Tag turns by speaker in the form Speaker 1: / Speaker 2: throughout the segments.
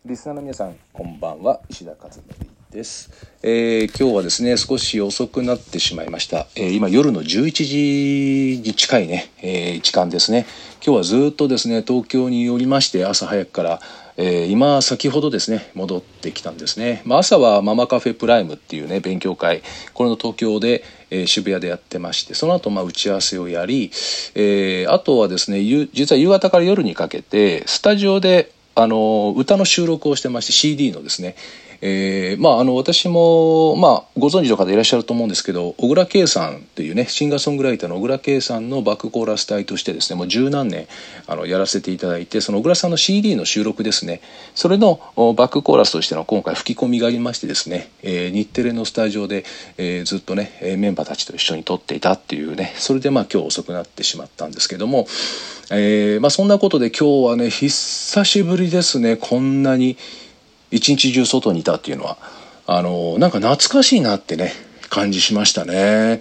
Speaker 1: リスナーの皆さんこんばんは、石田和則です。今日はですね少し遅くなってしまいました。今夜の11時に近いね、時間ですね。今日はずっとですね東京におりまして、朝早くから、今先ほどですね戻ってきたんですね。朝はママカフェプライムっていうね勉強会、これの東京で、渋谷でやってまして、その後打ち合わせをやり、あとはですね実は夕方から夜にかけてスタジオで歌の収録をしてまして、 CD のですね、私も、ご存知の方いらっしゃると思うんですけど、小倉圭さんというねシンガーソングライターの小倉圭さんのバックコーラス隊としてですね、もう十何年やらせていただいて、その小倉さんの CD の収録ですね、それのバックコーラスとしての今回吹き込みがありましてですね、日テレのスタジオで、ずっとねメンバーたちと一緒に撮っていたっていうね、それで今日遅くなってしまったんですけども、そんなことで今日はね久しぶりですね、こんなに一日中外にいたっていうのはなんか懐かしいなってね感じしましたね。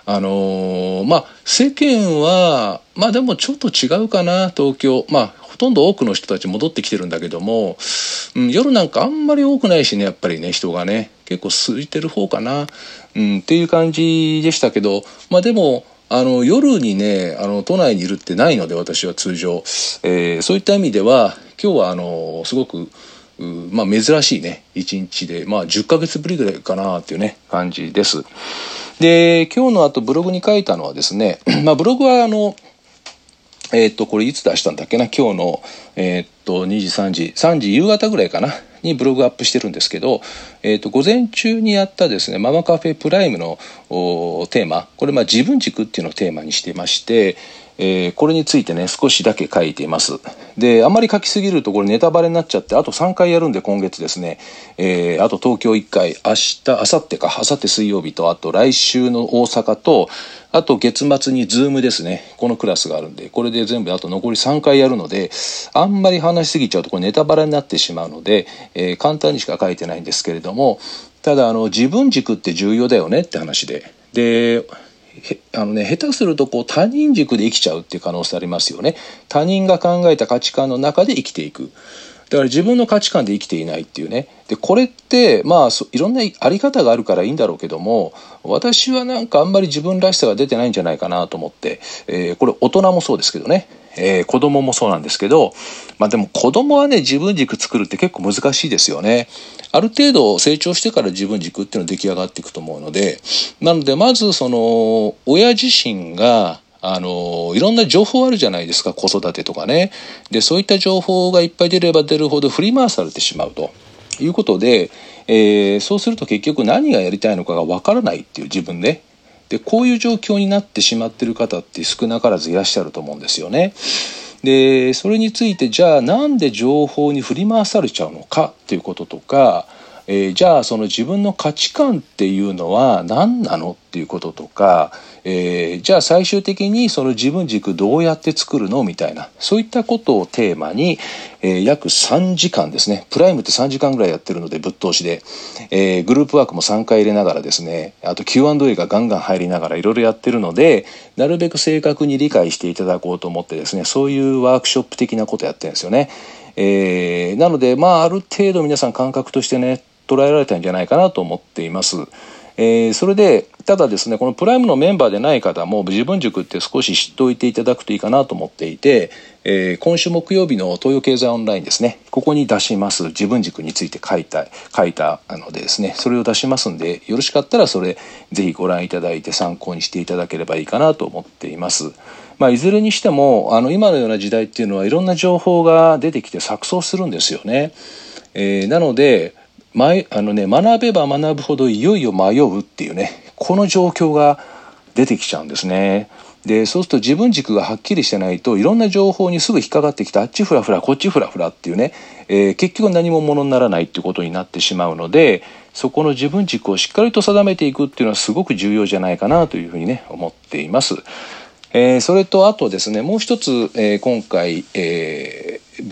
Speaker 1: 世間はでもちょっと違うかな、東京ほとんど多くの人たち戻ってきてるんだけども、夜なんかあんまり多くないしね、やっぱりね人がね結構空いてる方かな、っていう感じでしたけど、でも夜にね都内にいるってないので、私は通常、そういった意味では今日はすごく珍しいね一日で、10ヶ月ぶりぐらいかなっていうね感じです。で、今日の後ブログに書いたのはですねブログはこれいつ出したんだっけな、今日の2時3時夕方ぐらいかなにブログアップしてるんですけど、午前中にやったですねママカフェプライムのテーマ、これ自分軸っていうのをテーマにしてまして、これについてね少しだけ書いています。で、あまり書きすぎるとこれネタバレになっちゃって、あと3回やるんで今月ですね、あと東京1回、明後日水曜日と、あと来週の大阪と、あと月末にズームですね、このクラスがあるんで、これで全部あと残り3回やるので、あんまり話しすぎちゃうとこれネタバレになってしまうので、簡単にしか書いてないんですけれども、ただ自分軸って重要だよねって話で、下手すると他人軸で生きちゃうっていう可能性ありますよね。他人が考えた価値観の中で生きていく。だから自分の価値観で生きていないっていうね。で、これっていろんなあり方があるからいいんだろうけども、私はなんかあんまり自分らしさが出てないんじゃないかなと思って、これ大人もそうですけどね、子供もそうなんですけど、でも子供はね自分軸作るって結構難しいですよね。ある程度成長してから自分軸っていうのは出来上がっていくと思うので、なのでまずその親自身がいろんな情報あるじゃないですか、子育てとかね。で、そういった情報がいっぱい出れば出るほど振り回されてしまうということで、そうすると結局何がやりたいのかがわからないっていう自分で、こういう状況になってしまっている方って少なからずいらっしゃると思うんですよね。で、それについてじゃあなんで情報に振り回されちゃうのかということとか、じゃあその自分の価値観っていうのは何なのっていうこととか、じゃあ最終的にその自分軸どうやって作るのみたいな、そういったことをテーマに、約3時間ですね、プライムって3時間ぐらいやってるのでぶっ通しで、グループワークも3回入れながらですね、あと Q&A がガンガン入りながらいろいろやってるので、なるべく正確に理解していただこうと思ってですね、そういうワークショップ的なことやってるんですよね。なのである程度皆さん感覚としてね捉えられたんじゃないかなと思っています。それでただですね、このプライムのメンバーでない方も自分軸って少し知っておいていただくといいかなと思っていて、今週木曜日の東洋経済オンラインですね、ここに出します自分軸について書いたのでですね、それを出しますんで、よろしかったらそれぜひご覧いただいて参考にしていただければいいかなと思っています。いずれにしても今のような時代っていうのはいろんな情報が出てきて錯綜するんですよね。なので学べば学ぶほどいよいよ迷うっていうね、この状況が出てきちゃうんですね。で、そうすると自分軸がはっきりしてないといろんな情報にすぐ引っかかってきて、あっちフラフラこっちフラフラっていうね、結局何もものにならないっていうことになってしまうので、そこの自分軸をしっかりと定めていくっていうのはすごく重要じゃないかなというふうにね思っています。それとあとですね、もう一つ、今回、ブ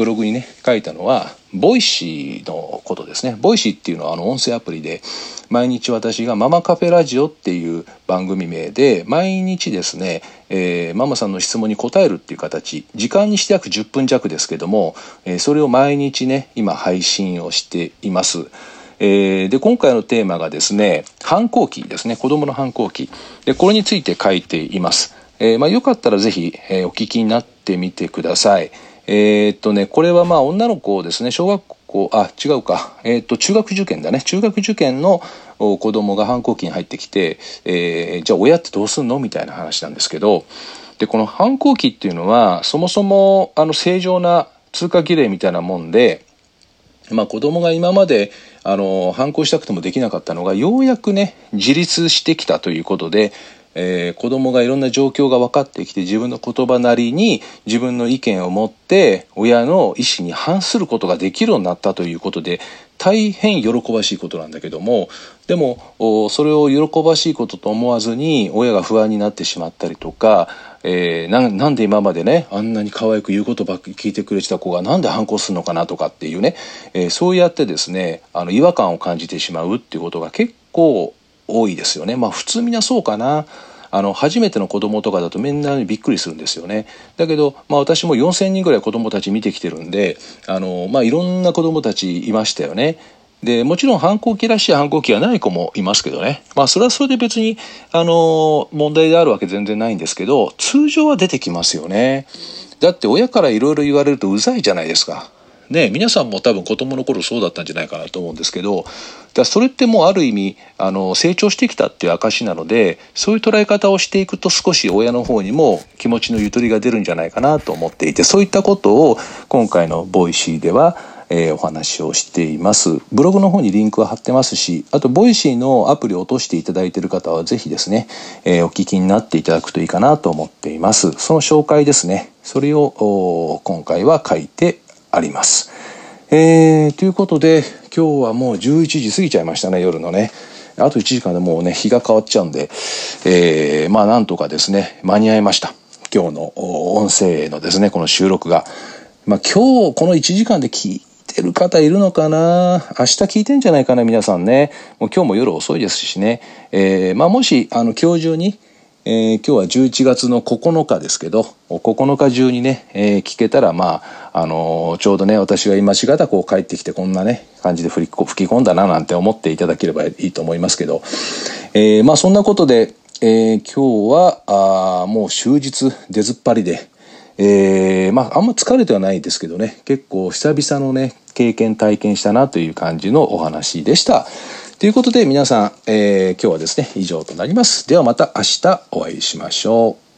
Speaker 1: ブログにね書いたのはボイシーのことですね。ボイシーっていうのは音声アプリで、毎日私がママカフェラジオっていう番組名で毎日ですね、ママさんの質問に答えるっていう形、時間にして約10分弱ですけども、それを毎日ね今配信をしています。で今回のテーマがですね、反抗期ですね。子供の反抗期で、これについて書いています。よかったらぜひ、お聞きになってみてください。これは女の子ですね、小学校、違うか、中学受験だね。中学受験の子供が反抗期に入ってきて、じゃあ親ってどうすんのみたいな話なんですけど、で、この反抗期っていうのは、そもそも正常な通過儀礼みたいなもんで、子供が今まで反抗したくてもできなかったのが、ようやくね自立してきたということで、子供がいろんな状況が分かってきて、自分の言葉なりに自分の意見を持って親の意思に反することができるようになったということで、大変喜ばしいことなんだけども、でもそれを喜ばしいことと思わずに親が不安になってしまったりとか、なんで今までねあんなに可愛く言うことばっかり聞いてくれてた子がなんで反抗するのかなとかっていうね、そうやってですね違和感を感じてしまうっていうことが結構多いですよね。普通みんなそうかな。初めての子供とかだとみんなびっくりするんですよね。だけど、私も4000人ぐらい子供たち見てきてるんで、いろんな子供たちいましたよね。でもちろん反抗期らしい反抗期はない子もいますけどね、それはそれで別に問題であるわけ全然ないんですけど、通常は出てきますよね。だって親からいろいろ言われるとうざいじゃないですかね。皆さんも多分子供の頃そうだったんじゃないかなと思うんですけど、それってもうある意味成長してきたっていう証なので、そういう捉え方をしていくと少し親の方にも気持ちのゆとりが出るんじゃないかなと思っていて、そういったことを今回のボイシーではお話をしています。ブログの方にリンクは貼ってますし、あとボイシーのアプリを落としていただいている方はぜひですね、お聞きになっていただくといいかなと思っています。その紹介ですね、それを今回は書いてあります。ということで今日はもう11時過ぎちゃいましたね、夜のね。あと1時間でもうね日が変わっちゃうんで、なんとかですね間に合いました。今日の音声のですねこの収録が、今日この1時間で聞いてる方いるのかな。明日聞いてんじゃないかな皆さんね。もう今日も夜遅いですしね、もし今日中に今日は11月の9日ですけど、9日中にね、聞けたらちょうどね私が今しがたこう帰ってきてこんなね感じで吹き込んだななんて思っていただければいいと思いますけど、そんなことで、今日はもう終日出ずっぱりで、あんま疲れてはないですけどね、結構久々のね経験体験したなという感じのお話でした。ということで皆さん、今日はですね以上となります。ではまた明日お会いしましょう。